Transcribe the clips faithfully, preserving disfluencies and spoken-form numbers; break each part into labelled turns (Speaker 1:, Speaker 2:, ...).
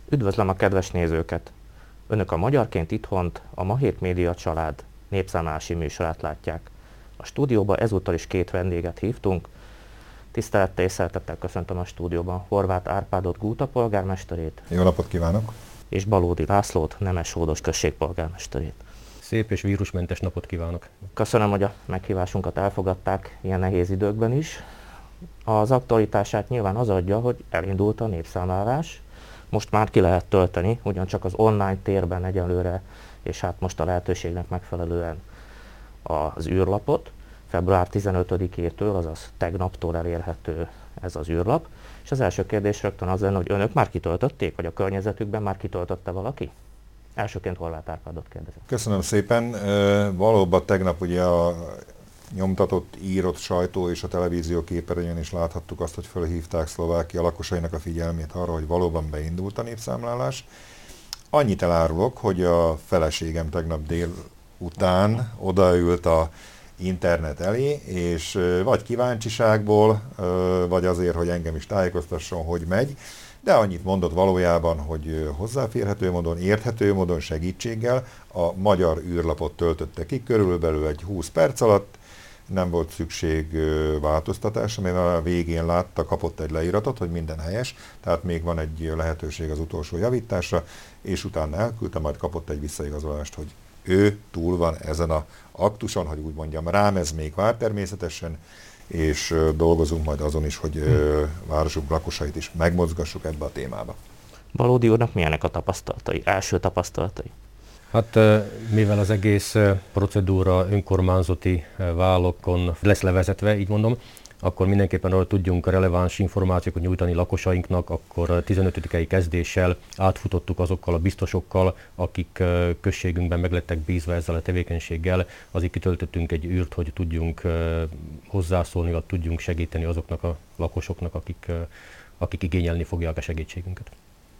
Speaker 1: Üdvözlöm a kedves nézőket! Önök a Magyarként Itthont, a Ma hét Média család népszámlálási műsorát látják. A stúdióba ezúttal is két vendéget hívtunk. Tisztelettel és szeretettel köszöntöm a stúdióban Horváth Árpádot, Gúta polgármesterét.
Speaker 2: Jó napot kívánok!
Speaker 1: És Balódi Lászlót, Nemes-Hódos község polgármesterét.
Speaker 3: Szép és vírusmentes napot kívánok!
Speaker 1: Köszönöm, hogy a meghívásunkat elfogadták ilyen nehéz időkben is. Az aktualitását nyilván az adja, hogy elindult a népszámlálás. Most már ki lehet tölteni, ugyancsak az online térben egyelőre, és hát most a lehetőségnek megfelelően az űrlapot. február tizenötödikétől, azaz tegnaptól elérhető ez az űrlap. És az első kérdés rögtön az lenne, hogy önök már kitöltötték, vagy a környezetükben már kitöltötte valaki? Elsőként Horváth Árpádot kérdezem.
Speaker 2: Köszönöm szépen. Valóban tegnap ugye a nyomtatott, írott sajtó és a televízió képernyőn is láthattuk azt, hogy fölhívták Szlovákia lakosainak a figyelmét arra, hogy valóban beindult a népszámlálás. Annyit elárulok, hogy a feleségem tegnap délután odaült a internet elé, és vagy kíváncsiságból, vagy azért, hogy engem is tájékoztasson, hogy megy, de annyit mondott valójában, hogy hozzáférhető módon, érthető módon, segítséggel a magyar űrlapot töltötte ki, körülbelül egy húsz perc alatt, nem volt szükség változtatásra, mivel a végén látta, kapott egy leíratot, hogy minden helyes, tehát még van egy lehetőség az utolsó javításra, és utána elküldte, majd kapott egy visszaigazolást, hogy ő túl van ezen a aktuson, hogy úgy mondjam, rám ez még vár természetesen, és dolgozunk majd azon is, hogy városunk lakosait is megmozgassuk ebbe a témába.
Speaker 1: Balódi úrnak milyenek a tapasztalatai, első tapasztalatai?
Speaker 3: Hát mivel az egész procedúra önkormányzati vállókon lesz levezetve, így mondom, akkor mindenképpen arra tudjunk releváns információkat nyújtani lakosainknak, akkor tizenötödikei kezdéssel átfutottuk azokkal a biztosokkal, akik községünkben meglettek bízva ezzel a tevékenységgel, azért kitöltöttünk egy űrt, hogy tudjunk hozzászólni, vagy tudjunk segíteni azoknak a lakosoknak, akik, akik igényelni fogják a segítségünket.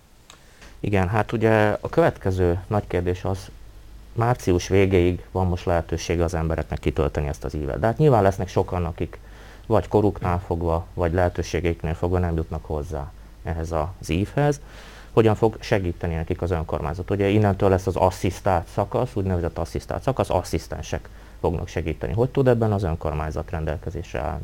Speaker 1: Igen, hát ugye a következő nagy kérdés az, március végéig van most lehetősége az embereknek kitölteni ezt az ívet. De hát nyilván lesznek sokan, akik vagy koruknál fogva, vagy lehetőségeiknél fogva nem jutnak hozzá ehhez az ívhez. Hogyan fog segíteni nekik az önkormányzat? Ugye innentől lesz az asszisztált szakasz, úgynevezett asszisztált szakasz, asszisztensek fognak segíteni. Hogy tud ebben az önkormányzat rendelkezésre állni?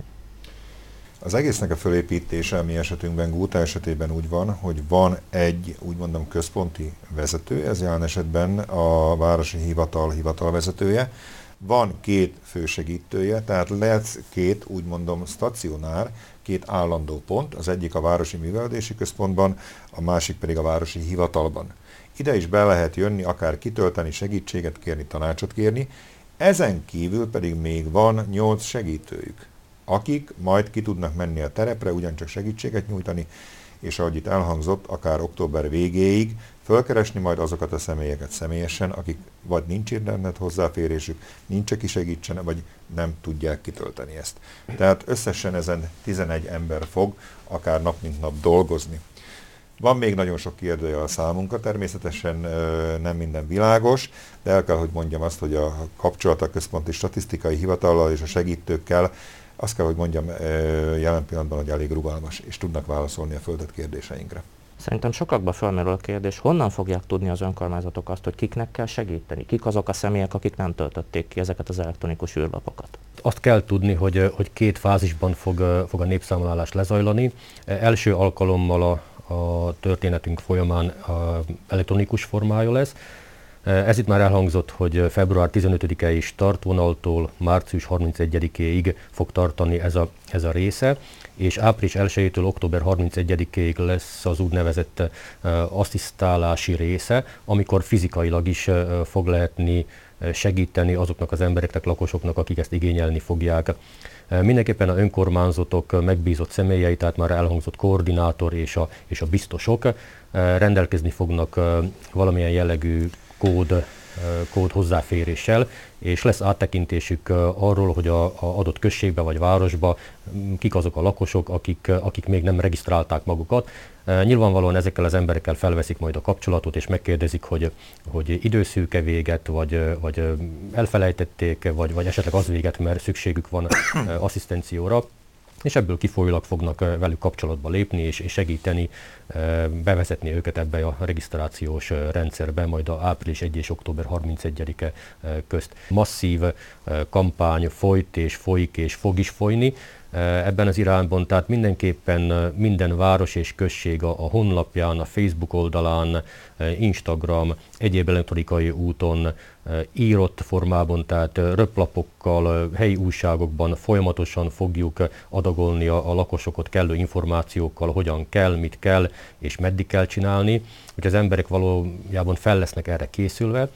Speaker 2: Az egésznek a fölépítése, mi esetünkben, Gúta esetében úgy van, hogy van egy, úgy mondom, központi vezető, ez jelen esetben a városi hivatal hivatalvezetője, van két fősegítője, tehát lesz két, úgy mondom, stacionár, két állandó pont, az egyik a Városi Művelődési Központban, a másik pedig a Városi Hivatalban. Ide is be lehet jönni, akár kitölteni, segítséget kérni, tanácsot kérni, ezen kívül pedig még van nyolc segítőjük, akik majd ki tudnak menni a terepre, ugyancsak segítséget nyújtani, és ahogy itt elhangzott, akár október végéig fölkeresni majd azokat a személyeket személyesen, akik vagy nincs internet hozzáférésük, nincs, aki segítsen, vagy nem tudják kitölteni ezt. Tehát összesen ezen tizenegy ember fog akár nap mint nap dolgozni. Van még nagyon sok kérdőjel a számunkra, természetesen nem minden világos, de el kell, hogy mondjam azt, hogy a kapcsolat a Központi Statisztikai Hivatallal és a segítőkkel, azt kell, hogy mondjam jelen pillanatban, hogy elég rugalmas, és tudnak válaszolni a földet kérdéseinkre.
Speaker 1: Szerintem sokakba felmerül a kérdés, honnan fogják tudni az önkormányzatok azt, hogy kiknek kell segíteni? Kik azok a személyek, akik nem töltötték ki ezeket az elektronikus űrlapokat?
Speaker 3: Azt kell tudni, hogy, hogy két fázisban fog, fog a népszámlálás lezajlani. Első alkalommal a, a történetünk folyamán a elektronikus formája lesz. Ez itt már elhangzott, hogy február tizenötödikei startvonaltól március harmincegyedikéig fog tartani ez a, ez a része, és április elsejétől október harmincegyedikéig lesz az úgynevezett uh, asszisztálási része, amikor fizikailag is uh, fog lehetni segíteni azoknak az embereknek, lakosoknak, akik ezt igényelni fogják. Uh, mindenképpen a önkormányzatok megbízott személyei, tehát már elhangzott koordinátor és a, és a biztosok uh, rendelkezni fognak uh, valamilyen jellegű kód, kód hozzáféréssel, és lesz áttekintésük arról, hogy a, a adott községbe vagy városba kik azok a lakosok, akik, akik még nem regisztrálták magukat. Nyilvánvalóan ezekkel az emberekkel felveszik majd a kapcsolatot, és megkérdezik, hogy, hogy időszűke véget, vagy, vagy elfelejtették, vagy, vagy esetleg az véget, mert szükségük van asszisztencióra. és ebből kifolyólag fognak velük kapcsolatba lépni és, és segíteni bevezetni őket ebbe a regisztrációs rendszerbe, majd a április elseje és október harmincegyedike közt. Masszív kampány folyt és folyik és fog is folyni ebben az irányban, tehát mindenképpen minden város és község a, a honlapján, a Facebook oldalán, Instagram, egyéb elektronikai úton, írott formában, tehát röplapokkal, helyi újságokban folyamatosan fogjuk adagolni a, a lakosokat kellő információkkal, hogyan kell, mit kell és meddig kell csinálni, hogy az emberek valójában fel lesznek erre készülve.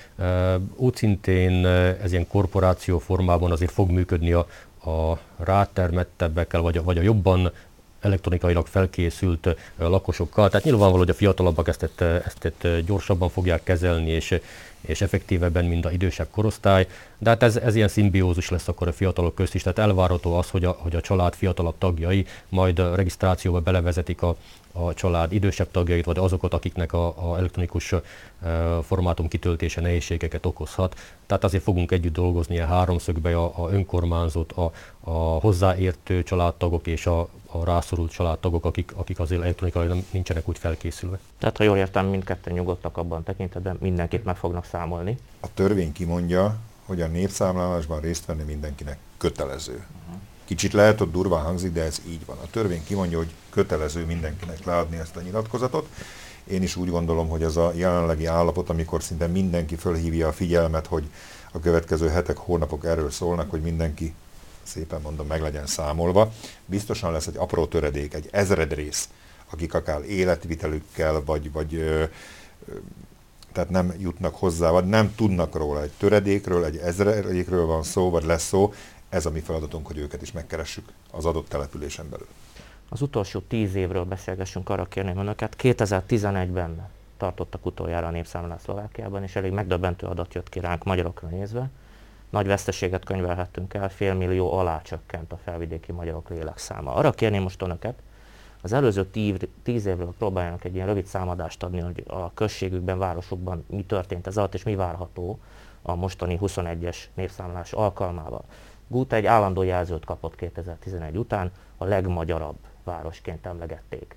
Speaker 3: Úgy szintén ez ilyen korporáció formában azért fog működni a, a rátermettebbekkel, vagy a, vagy a jobban elektronikailag felkészült lakosokkal. Tehát nyilvánvaló, hogy a fiatalabbak ezt, ezt gyorsabban fogják kezelni, és, és effektívebben, mint az idősebb korosztály. De hát ez, ez ilyen szimbiózus lesz akkor a fiatalok közt is, tehát elvárható az, hogy a, hogy a család fiatalabb tagjai majd a regisztrációba belevezetik a, a család idősebb tagjait, vagy azokat, akiknek a, a elektronikus uh, formátum kitöltése nehézségeket okozhat. Tehát azért fogunk együtt dolgozni a háromszögbe a, a önkormányzat, a, a hozzáértő családtagok és a, a rászorult családtagok, akik, akik azért elektronikailag nincsenek úgy felkészülve.
Speaker 1: Tehát, ha jól értem, mindketten nyugodtak abban tekintetben, mindenkit meg fognak számolni.
Speaker 2: A törvény kimondja, hogy a népszámlálásban részt venni mindenkinek kötelező. Kicsit lehet, hogy durván hangzik, de ez így van. A törvény kimondja, hogy kötelező mindenkinek leadni ezt a nyilatkozatot. Én is úgy gondolom, hogy ez a jelenlegi állapot, amikor szinte mindenki fölhívja a figyelmet, hogy a következő hetek, hónapok erről szólnak, hogy mindenki, szépen mondom, meg legyen számolva. Biztosan lesz egy apró töredék, egy ezredrész, akik akár életvitelükkel, vagy, vagy ö, ö, tehát nem jutnak hozzá, vagy nem tudnak róla. Egy töredékről, egy ezredékről van szó, vagy lesz szó. Ez a mi feladatunk, hogy őket is megkeressük az adott településen belül.
Speaker 1: Az utolsó tíz évről beszélgessünk, arra kérném önöket. kétezer-tizenegyben tartottak utoljára a népszámlálást Szlovákiában, és elég megdöbbentő adat jött ki ránk magyarokra nézve. Nagy veszteséget könyvelhettünk el, félmillió alá csökkent a felvidéki magyarok lélekszáma. Arra kérném most önöket, az előző tív, tíz évről próbáljanak egy ilyen rövid számadást adni, hogy a községükben, városokban mi történt ez alatt, és mi várható a mostani huszonegyes népszámlálás alkalmával. Gúta egy állandó jelzőt kapott kétezer-tizenegy után, a legmagyarabb városként emlegették.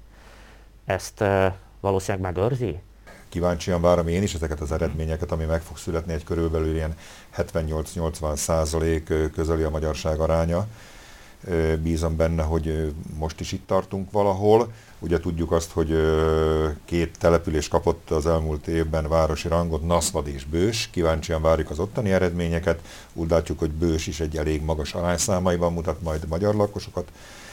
Speaker 1: Ezt e, valószínűleg megőrzi?
Speaker 2: Kíváncsian várom én is ezeket az eredményeket, ami meg fog születni, egy körülbelül ilyen hetvennyolc-nyolcvan százalék közeli a magyarság aránya. Bízom benne, hogy most is itt tartunk valahol. Ugye tudjuk azt, hogy két település kapott az elmúlt évben városi rangot, Naszvad és Bős. Kíváncsian várjuk az ottani eredményeket. Úgy látjuk, hogy Bős is egy elég magas arányszámaiban mutat majd magyar lakosokat.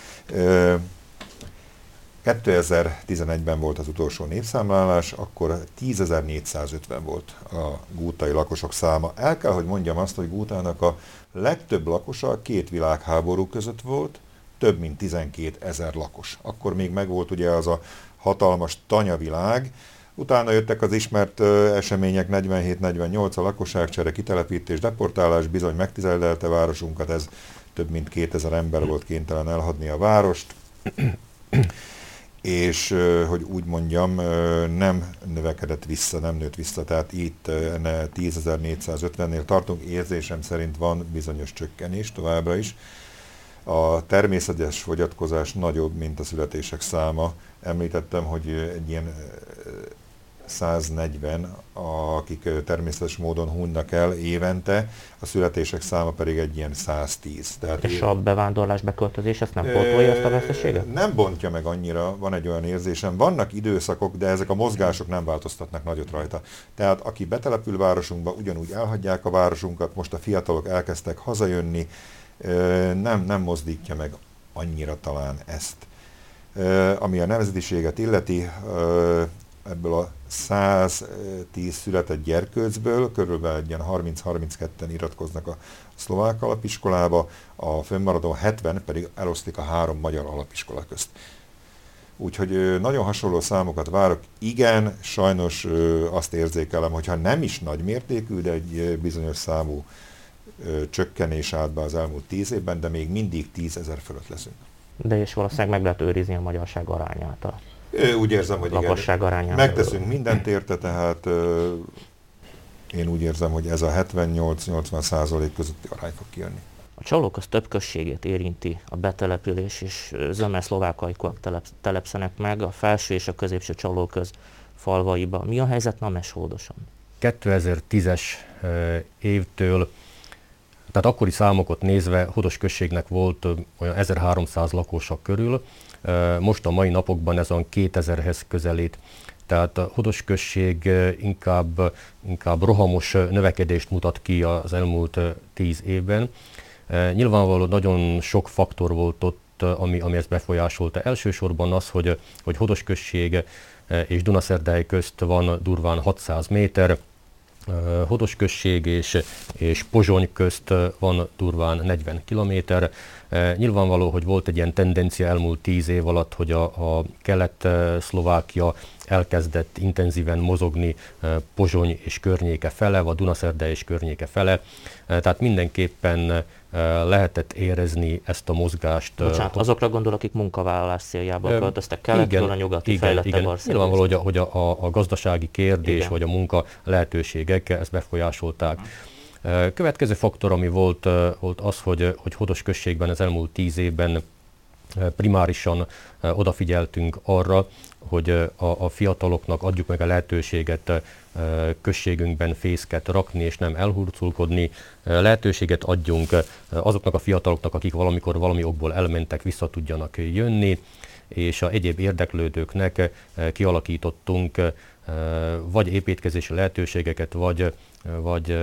Speaker 2: kétezer-tizenegyben volt az utolsó népszámlálás, akkor tízezer-négyszázötven volt a gútai lakosok száma. El kell, hogy mondjam azt, hogy Gútának a legtöbb lakosa két világháború között volt, több mint tizenkétezer lakos. Akkor még megvolt ugye az a hatalmas tanyavilág, utána jöttek az ismert uh, események, negyvenhét-negyvennyolc, a lakosságcsere, kitelepítés, deportálás, bizony megtizedelte városunkat, ez több mint kétezer ember volt kénytelen elhagyni a várost. És hogy úgy mondjam, nem növekedett vissza, nem nőtt vissza, tehát itt tízezer-négyszázötvennél tartunk, érzésem szerint van bizonyos csökkenés továbbra is. A természetes fogyatkozás nagyobb, mint a születések száma. Említettem, hogy egy ilyen száznegyven, akik természetes módon hunynak el évente, a születések száma pedig egy ilyen száztíz. Tehát
Speaker 1: és a bevándorlás, beköltözés ezt nem pótolja ezt a veszteséget?
Speaker 2: Nem bontja meg annyira, van egy olyan érzésem. Vannak időszakok, de ezek a mozgások nem változtatnak nagyot rajta. Tehát aki betelepül városunkba, ugyanúgy elhagyják a városunkat, most a fiatalok elkezdtek hazajönni, nem, nem mozdítja meg annyira talán ezt. Ami a nemzetiséget illeti, ebből a száztíz született gyerkőcből körülbelül egy ilyen harminc-harmincketten iratkoznak a szlovák alapiskolába, a fönnmaradó hetven pedig eloszlik a három magyar alapiskola közt. Úgyhogy nagyon hasonló számokat várok. Igen, sajnos azt érzékelem, hogyha nem is nagy mértékű, de egy bizonyos számú csökkenés állt be az elmúlt tíz évben, de még mindig tízezer fölött leszünk.
Speaker 1: De és valószínűleg meg lehet őrizni a magyarság arányát. A
Speaker 2: Úgy érzem, hogy igen, megteszünk mindent érte, tehát én úgy érzem, hogy ez a hetvennyolc-nyolcvan százalék közötti arány fog kijönni.
Speaker 1: A Csalók az több községét érinti a betelepülés, és zömmel szlovák ajkúak telep, telepszenek meg a felső és a középső Csalóköz falvaiba. Mi a helyzet Nameshódoson?
Speaker 3: kétezer-tízes évtől, tehát akkori számokat nézve Hodos községnek volt olyan ezerháromszáz lakosa körül, most a mai napokban ez olyan kétezerhez közelít. Tehát a Hodos község inkább, inkább rohamos növekedést mutat ki az elmúlt tíz évben. Nyilvánvalóan nagyon sok faktor volt ott, ami, ami ezt befolyásolta. Elsősorban az, hogy, hogy Hodos község és Dunaszerdahely közt van durván hatszáz méter, Hodos község és, és Pozsony közt van durván negyven kilométer. Nyilvánvaló, hogy volt egy ilyen tendencia elmúlt tíz év alatt, hogy a, a Kelet-Szlovákia elkezdett intenzíven mozogni Pozsony és környéke fele, vagy Dunaszerdahely és környéke fele. Tehát mindenképpen lehetett érezni ezt a mozgást.
Speaker 1: Bocsánat, azokra gondol, akik munkavállalás céljából költöztek kelettől a nyugati fejlettebb országokhoz.
Speaker 3: Nyilvánvaló, hogy, a, hogy a, a gazdasági kérdés, igen, vagy a munka lehetőségek ezt befolyásolták. Következő faktor, ami volt, volt az, hogy, hogy Hodos községben az elmúlt tíz évben primárisan odafigyeltünk arra, hogy a, a fiataloknak adjuk meg a lehetőséget községünkben fészket rakni és nem elhurcolkodni, lehetőséget adjunk azoknak a fiataloknak, akik valamikor valami okból elmentek, vissza tudjanak jönni, és a egyéb érdeklődőknek kialakítottunk vagy építkezési lehetőségeket, vagy, vagy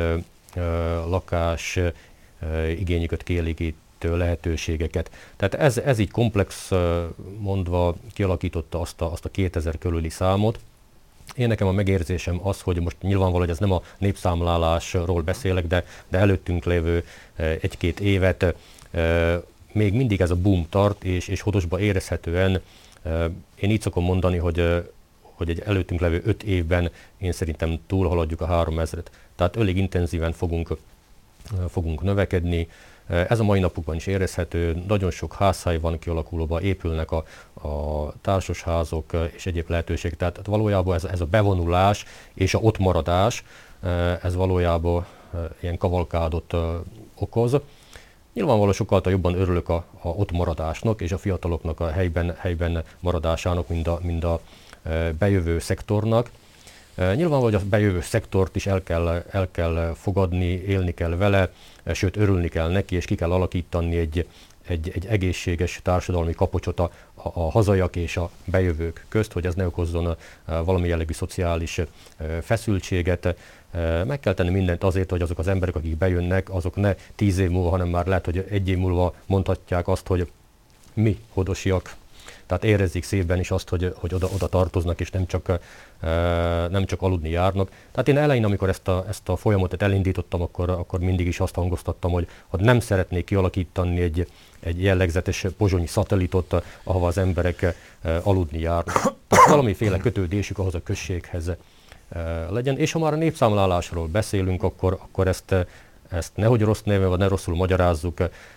Speaker 3: lakás igényüket kielégítő lehetőségeket. Tehát ez, ez így komplex mondva kialakította azt a, azt a kétezer körüli számot. Én nekem a megérzésem az, hogy most nyilvánvaló, hogy ez nem a népszámlálásról beszélek, de, de előttünk lévő egy-két évet még mindig ez a boom tart, és, és Hodosba érezhetően én így szokom mondani, hogy hogy egy előttünk levő öt évben én szerintem túlhaladjuk a háromezret. Tehát elég intenzíven fogunk, fogunk növekedni. Ez a mai napokban is érezhető, nagyon sok házhely van kialakulóban, épülnek a, a társasházok és egyéb lehetőségek. Tehát valójában ez, ez a bevonulás és a ott maradás, ez valójában ilyen kavalkádot okoz. Nyilvánvalóan sokkal jobban örülök a, a ott maradásnak és a fiataloknak a helyben, helyben maradásának, mind a, mind a bejövő szektornak. Nyilvánvalóan, hogy a bejövő szektort is el kell, el kell fogadni, élni kell vele, sőt örülni kell neki, és ki kell alakítani egy, egy, egy egészséges társadalmi kapocsot a, a hazaiak és a bejövők közt, hogy ez ne okozzon valami jellegű szociális feszültséget. Meg kell tenni mindent azért, hogy azok az emberek, akik bejönnek, azok ne tíz év múlva, hanem már lehet, hogy egy év múlva mondhatják azt, hogy mi hodosiak. Tehát érezzék szívben is azt, hogy, hogy oda, oda tartoznak, és nem csak, nem csak aludni járnak. Tehát én elején, amikor ezt a, ezt a folyamatot elindítottam, akkor, akkor mindig is azt hangoztattam, hogy, hogy nem szeretnék kialakítani egy, egy jellegzetes pozsonyi szatellitot, ahova az emberek aludni járnak. Tehát valamiféle kötődésük ahhoz a községhez legyen. És ha már a népszámlálásról beszélünk, akkor, akkor ezt, ezt nehogy rossz néven, vagy ne rosszul magyarázzuk,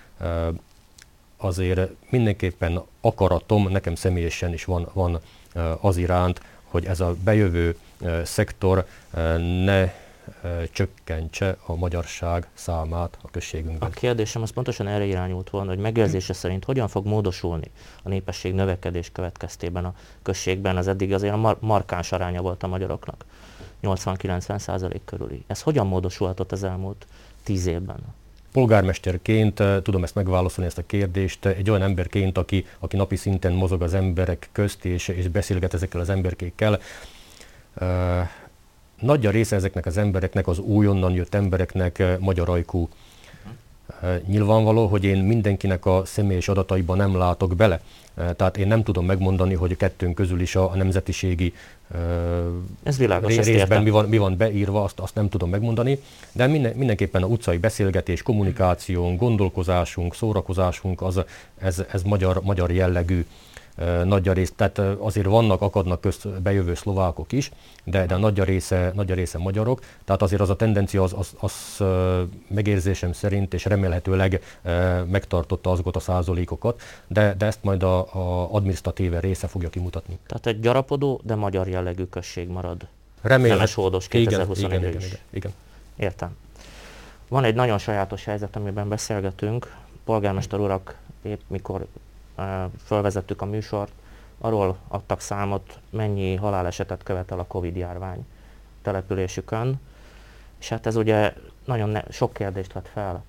Speaker 3: azért mindenképpen akaratom, nekem személyesen is van, van az iránt, hogy ez a bejövő szektor ne csökkentse a magyarság számát a községünkben.
Speaker 1: A kérdésem az pontosan erre irányult volna, hogy megérzése szerint hogyan fog módosulni a népesség növekedés következtében a községben, az eddig azért a mar- markáns aránya volt a magyaroknak, nyolcvan-kilencven százalék körüli. Ez hogyan módosulhatott az elmúlt tíz évben?
Speaker 3: Polgármesterként tudom ezt megválaszolni, ezt a kérdést, egy olyan emberként, aki, aki napi szinten mozog az emberek közt, és, és beszélget ezekkel az emberkékkel. Uh, nagy a része ezeknek az embereknek, az újonnan jött embereknek magyar ajkú. Uh, nyilvánvaló, hogy én mindenkinek a személyes adataiba nem látok bele. Uh, tehát én nem tudom megmondani, hogy a kettőnk közül is a, a nemzetiségi uh,
Speaker 1: Ez világos,
Speaker 3: részben mi van, mi van beírva, azt, azt nem tudom megmondani, de minden, mindenképpen a utcai beszélgetés, kommunikációnk, gondolkozásunk, szórakozásunk, az, ez, ez magyar, magyar jellegű uh, nagy a rész. Tehát uh, azért vannak, akadnak közt bejövő szlovákok is, de, de nagy a része, nagy a része magyarok, tehát azért az a tendencia az, az, az uh, megérzésem szerint, és remélhetőleg uh, megtartotta azokat a százalékokat, de, de ezt majd a, a adminisztratív része fogja kimutatni.
Speaker 1: Tehát egy gyarapodó, de magyar jellegű község marad.
Speaker 3: Remélem.
Speaker 1: Nemeshódos kétezer-huszonegyre
Speaker 3: igen,
Speaker 1: is.
Speaker 3: igen, igen, igen.
Speaker 1: Értem. Van egy nagyon sajátos helyzet, amiben beszélgetünk. Polgármester urak épp mikor uh, felvezettük a műsort, arról adtak számot, mennyi halálesetet követel a Covid járvány településükön. És hát ez ugye nagyon ne- sok kérdést vet fel.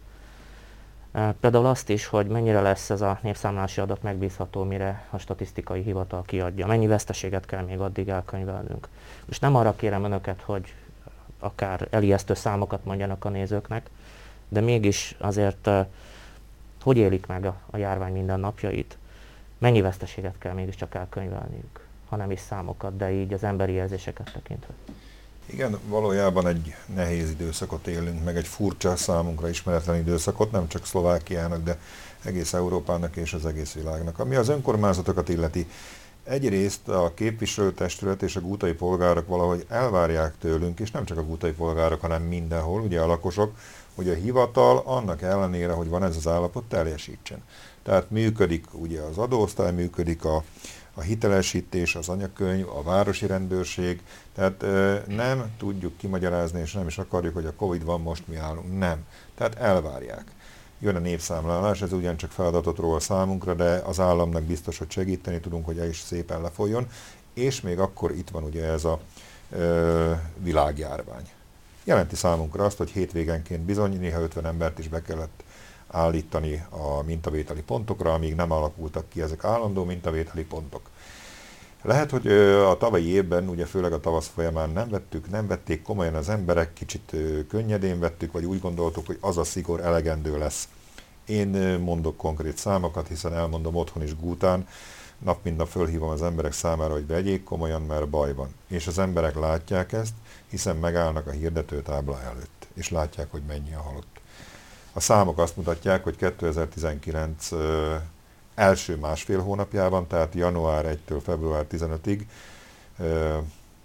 Speaker 1: Uh, például azt is, hogy mennyire lesz ez a népszámlálási adat megbízható, mire a statisztikai hivatal kiadja. Mennyi veszteséget kell még addig elkönyvelnünk. Most nem arra kérem önöket, hogy akár elijesztő számokat mondjanak a nézőknek, de mégis azért uh, hogy élik meg a, a járvány mindennapjait, mennyi veszteséget kell mégiscsak elkönyvelniük, ha nem is számokat, de így az emberi érzéseket tekintve.
Speaker 2: Igen, valójában egy nehéz időszakot élünk, meg egy furcsa, számunkra ismeretlen időszakot, nem csak Szlovákiának, de egész Európának és az egész világnak. Ami az önkormányzatokat illeti, egyrészt a képviselőtestület és a gútai polgárok valahogy elvárják tőlünk, és nem csak a gútai polgárok, hanem mindenhol, ugye a lakosok, hogy a hivatal annak ellenére, hogy van ez az állapot, teljesítsen. Tehát működik ugye az adóosztály, működik a, a hitelesítés, az anyakönyv, a városi rendőrség, tehát ö, nem tudjuk kimagyarázni, és nem is akarjuk, hogy a Covid van, most mi állunk. Nem. Tehát elvárják. Jön a népszámlálás, ez ugyancsak feladatot ról számunkra, de az államnak biztos, hogy segíteni tudunk, hogy el is szépen lefolyjon, és még akkor itt van ugye ez a ö, világjárvány. Jelenti számunkra azt, hogy hétvégenként bizony néha ötven embert is be kellett állítani a mintavételi pontokra, amíg nem alakultak ki ezek állandó mintavételi pontok. Lehet, hogy a tavalyi évben, ugye főleg a tavasz folyamán nem vettük, nem vették komolyan az emberek, kicsit könnyedén vettük, vagy úgy gondoltuk, hogy az a szigor elegendő lesz. Én mondok konkrét számokat, hiszen elmondom otthon is Gútán, nap mint nap fölhívom az emberek számára, hogy vegyék komolyan, mert baj van. És az emberek látják ezt, hiszen megállnak a hirdetőtábla előtt, és látják, hogy mennyi a halott. A számok azt mutatják, hogy kétezer-tizenkilenc ö, első másfél hónapjában, tehát január elsejétől február tizenötödiig ö,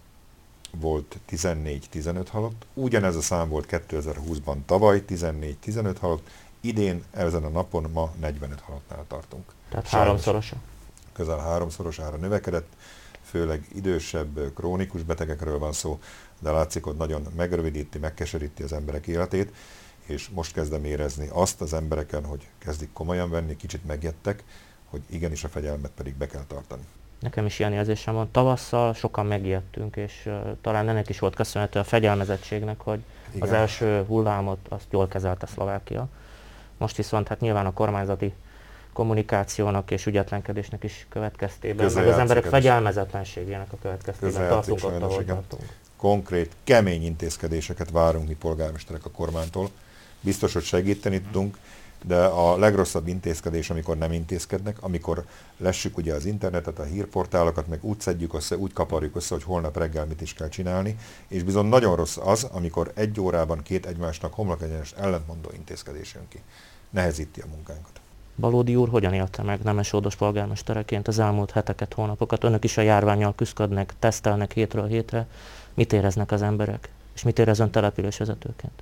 Speaker 2: volt tizennégy-tizenöt halott. Ugyanez a szám volt kétezer-húszban tavaly, tizennégy-tizenöt halott. Idén ezen a napon ma negyvenöt halottnál tartunk.
Speaker 1: Tehát háromszorosa?
Speaker 2: Közel háromszorosára növekedett, főleg idősebb, krónikus betegekről van szó, de látszik, hogy nagyon megrövidíti, megkeseríti az emberek életét, és most kezdem érezni azt az embereken, hogy kezdik komolyan venni, kicsit megijedtek, hogy igenis a fegyelmet pedig be kell tartani.
Speaker 1: Nekem is ilyen érzésem van. Tavasszal sokan megijedtünk, és uh, talán ennek is volt köszönhető a fegyelmezettségnek, hogy igen, az első hullámot azt jól kezelte Szlovákia. Most viszont hát nyilván a kormányzati kommunikációnak és ügyetlenkedésnek is következtében, Közel meg az emberek fegyelmezetlenségének a következtében tartunk ott, ahol tartunk.
Speaker 2: Konkrét, kemény intézkedéseket várunk mi polgármesterek a kormánytól. Biztos, hogy segíteni tudunk, de a legrosszabb intézkedés, amikor nem intézkednek, amikor lessük ugye az internetet, a hírportálokat, meg úgy szedjük össze, úgy kaparjuk össze, hogy holnap reggel mit is kell csinálni, és bizony nagyon rossz az, amikor egy órában két egymásnak homlokegyenes ellentmondó intézkedés jön ki. Nehezíti a munkánkat.
Speaker 1: Balódi úr hogyan élte meg Nemesódos polgármestereként az elmúlt heteket, hónapokat? Önök is a járvánnyal küzdködnek, tesztelnek hétről hétre. Mit éreznek az emberek? És mit érez ön településvezetőként?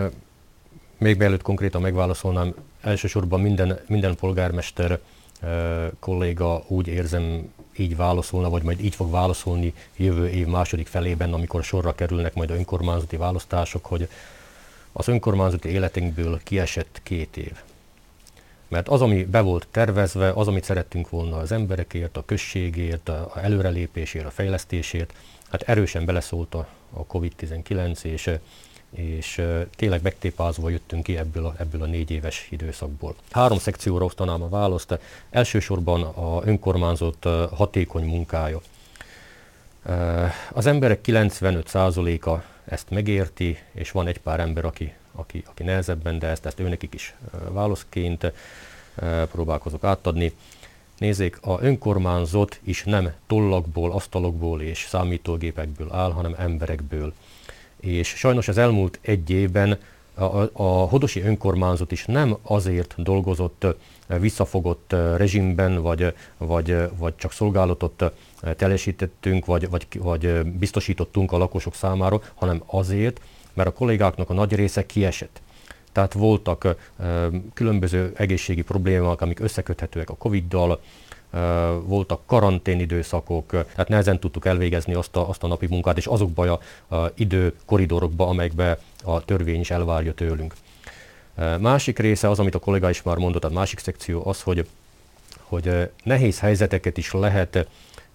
Speaker 3: Még mielőtt konkrétan megválaszolnám, elsősorban minden, minden polgármester kolléga úgy érzem, így válaszolna, vagy majd így fog válaszolni jövő év második felében, amikor sorra kerülnek majd a önkormányzati választások, hogy az önkormányzati életünkből kiesett két év. Mert az, ami be volt tervezve, az, amit szerettünk volna az emberekért, a községért, a előrelépésért, a fejlesztésért, hát erősen beleszólt a, a kovid tizenkilenc, és, és tényleg megtépázva jöttünk ki ebből a, ebből a négy éves időszakból. Három szekcióra osztanám a választ. Elsősorban a önkormányzat hatékony munkája. Az emberek kilencvenöt százaléka ezt megérti, és van egy pár ember, aki, aki, aki nehezebben, de ezt, ezt őnekik is válaszként próbálkozok átadni. Nézzék, a önkormányzat is nem tollakból, asztalokból és számítógépekből áll, hanem emberekből. És sajnos az elmúlt egy évben a, a hodosi önkormányzat is nem azért dolgozott visszafogott rezsimben, vagy, vagy, vagy csak szolgálatot teljesítettünk, vagy, vagy, vagy biztosítottunk a lakosok számára, hanem azért, mert a kollégáknak a nagy része kiesett. Tehát voltak uh, különböző egészségi problémák, amik összeköthetőek a Coviddal, uh, voltak karanténidőszakok, tehát nehezen tudtuk elvégezni azt a, azt a napi munkát, és azokba a, a időkoridorokba, amelyekbe a törvény is elvárja tőlünk. Másik része az, amit a kolléga is már mondott, a másik szekció az, hogy, hogy nehéz helyzeteket is lehet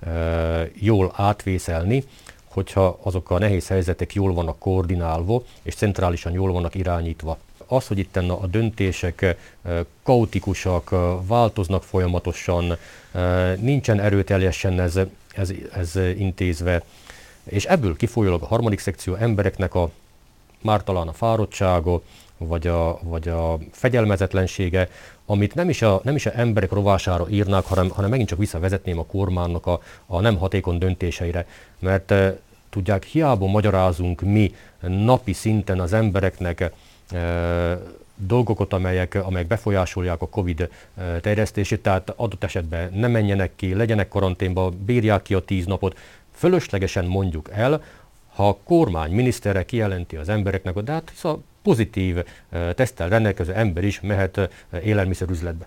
Speaker 3: jól átvészelni, hogyha azok a nehéz helyzetek jól vannak koordinálva, és centrálisan jól vannak irányítva. Az, hogy itt a döntések kaotikusak, változnak folyamatosan, nincsen erőteljesen ez, ez, ez intézve, és ebből kifolyólag a harmadik szekció embereknek a már talán a fáradtsága, vagy a, vagy a fegyelmezetlensége, amit nem is a, nem is a emberek rovására írnák, hanem, hanem megint csak visszavezetném a kormánynak a, a nem hatékony döntéseire. Mert e, tudják, hiába magyarázunk mi napi szinten az embereknek e, dolgokat, amelyek, amelyek befolyásolják a Covid terjesztését, tehát adott esetben ne menjenek ki, legyenek karanténba, bírják ki a tíz napot, fölöslegesen mondjuk el, ha a kormány minisztere kijelenti az embereknek, hogy de hát hisz a pozitív teszttel rendelkező ember is mehet élelmiszerüzletbe.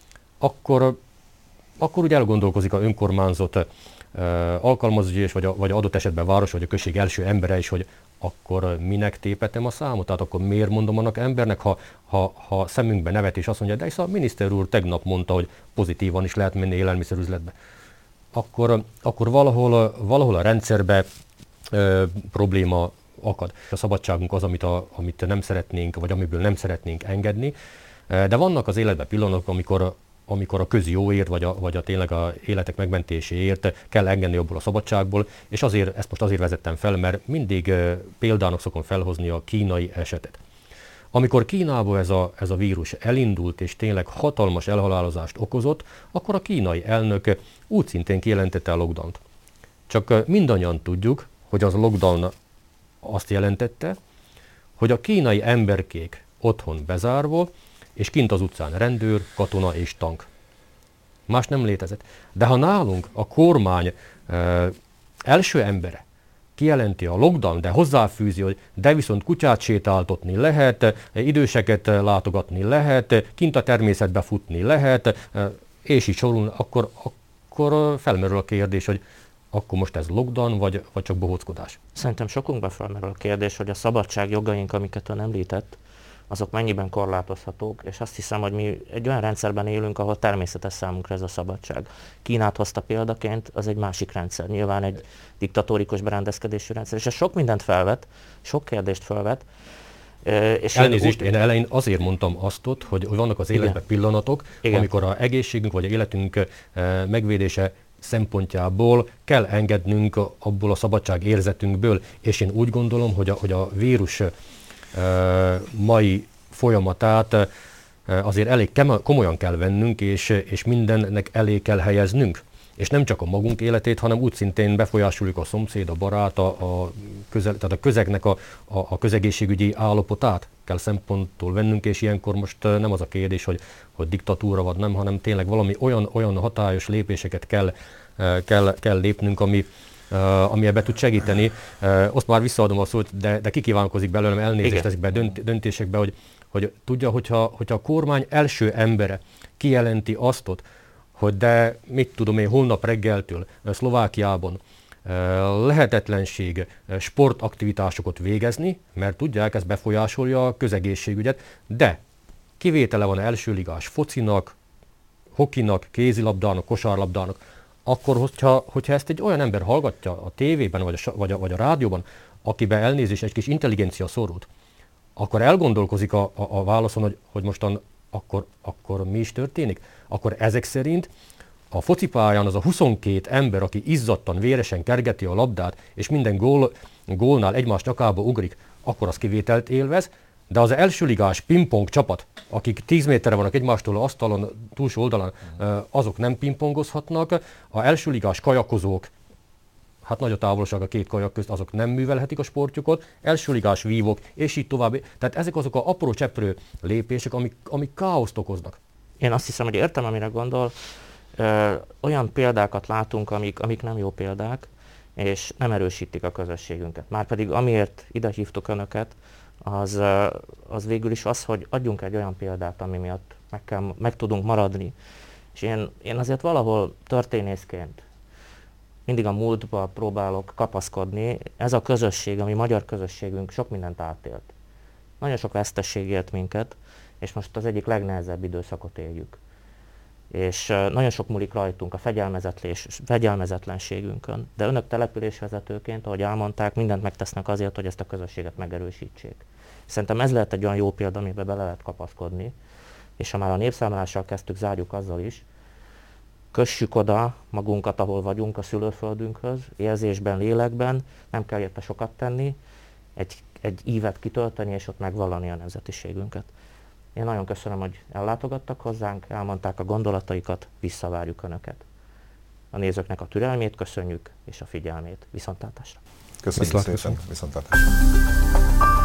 Speaker 3: Akkor, akkor úgy elgondolkozik a önkormányzat alkalmazottja, vagy, a, vagy adott esetben a város vagy a község első embere is, hogy akkor minek tépetem a számot? Tehát akkor miért mondom annak embernek, ha, ha, ha szemünkbe nevet és azt mondja, de hisz a miniszter úr tegnap mondta, hogy pozitívan is lehet menni élelmiszerüzletbe. Akkor, akkor valahol, valahol a rendszerbe ö, probléma akad. A szabadságunk az, amit, a, amit nem szeretnénk, vagy amiből nem szeretnénk engedni, de vannak az életben pillanatok, amikor, amikor a közjóért, vagy a, vagy a tényleg a életek megmentéséért kell engedni abból a szabadságból, és azért, ezt most azért vezettem fel, mert mindig példának szokom felhozni a kínai esetet. Amikor Kínában ez a, ez a vírus elindult, és tényleg hatalmas elhalálozást okozott, akkor a kínai elnök úgy szintén kijelentette a lockdownt. Csak mindannyian tudjuk, hogy az lockdown azt jelentette, hogy a kínai emberkék otthon bezárva, és kint az utcán rendőr, katona és tank. Más nem létezett. De ha nálunk a kormány e, első embere kijelenti a lockdown, de hozzáfűzi, hogy de viszont kutyát sétáltatni lehet, időseket látogatni lehet, kint a természetbe futni lehet, e, és így sorul, akkor, akkor felmerül a kérdés, hogy akkor most ez lockdown, vagy, vagy csak bohóckodás?
Speaker 1: Szerintem sokunkban felmerül a kérdés, hogy a szabadságjogaink, amiket ön említett, azok mennyiben korlátozhatók, és azt hiszem, hogy mi egy olyan rendszerben élünk, ahol természetes számunkra ez a szabadság. Kínát hozta példaként, az egy másik rendszer, nyilván egy diktatórikus berendezkedésű rendszer, és ez sok mindent felvet, sok kérdést felvet.
Speaker 3: És Elnézést, én, úgy... én elején azért mondtam azt, hogy vannak az életben pillanatok, Igen. amikor az egészségünk vagy az életünk megvédése szempontjából kell engednünk abból a szabadság érzetünkből, és én úgy gondolom, hogy a, hogy a vírus e, mai folyamatát e, azért elég komolyan kell vennünk, és, és mindennek elé kell helyeznünk. És nem csak a magunk életét, hanem úgy szintén befolyásoljuk a szomszéd, a barát, a, a, közel, tehát a közegnek a, a, a közegészségügyi állapotát kell szemponttól vennünk, és ilyenkor most nem az a kérdés, hogy, hogy diktatúra vagy nem, hanem tényleg valami olyan, olyan hatályos lépéseket kell, kell, kell lépnünk, ami, ami ebbe tud segíteni. Azt már visszaadom a szót, de, de kikívánkozik belőlem elnézést ezekbe dönt, döntésekbe, hogy, hogy tudja, hogyha, hogyha a kormány első embere kijelenti aztot, hogy de mit tudom én, holnap reggeltől Szlovákiában lehetetlenség sportaktivitásokat végezni, mert tudják, ez befolyásolja a közegészségügyet, de kivétele van elsőligás focinak, hokinak, kézilabdának, kosárlabdának, akkor hogyha, hogyha ezt egy olyan ember hallgatja a tévében vagy a, vagy a, vagy a rádióban, akiben elnézés egy kis intelligencia szorult, akkor elgondolkozik a, a, a válaszon, hogy, hogy mostan akkor, akkor mi is történik? Akkor ezek szerint a focipályán az a huszonkét ember, aki izzadtan, véresen kergeti a labdát, és minden gól, gólnál egymás nyakába ugrik, akkor az kivételt élvez, de az elsőligás pingpong csapat, akik tíz méterre vannak egymástól az asztalon túlsó oldalán, azok nem pingpongozhatnak, a elsőligás kajakozók, hát nagy a távolság a két kajak közt, azok nem művelhetik a sportjukat, elsőligás vívók, és így tovább. Tehát ezek azok a apró cseprő lépések, amik, amik káoszt okoznak.
Speaker 1: Én azt hiszem, hogy értem, amire gondol. Ö, olyan példákat látunk, amik, amik nem jó példák, és nem erősítik a közösségünket. Márpedig amiért ide hívtuk önöket, az, az végül is az, hogy adjunk egy olyan példát, ami miatt meg, kell, meg tudunk maradni. És én, én azért valahol történészként mindig a múltba próbálok kapaszkodni. Ez a közösség, ami magyar közösségünk sok mindent átélt. Nagyon sok vesztesség élt minket, és most az egyik legnehezebb időszakot éljük. És nagyon sok múlik rajtunk, a fegyelmezetlenségünkön. De önök településvezetőként, ahogy elmondták, mindent megtesznek azért, hogy ezt a közösséget megerősítsék. Szerintem ez lehet egy olyan jó példa, amiben bele lehet kapaszkodni, és ha már a népszámlálással kezdtük, zárjuk azzal is, kössük oda magunkat, ahol vagyunk, a szülőföldünkhöz, érzésben, lélekben, nem kell érte sokat tenni, egy, egy ívet kitölteni, és ott megvallani a nemzetiségünket. Én nagyon köszönöm, hogy ellátogattak hozzánk, elmondták a gondolataikat, visszavárjuk Önöket. A nézőknek a türelmét köszönjük, és a figyelmét. Viszontlátásra!
Speaker 2: Köszönjük szépen! Viszontlátásra!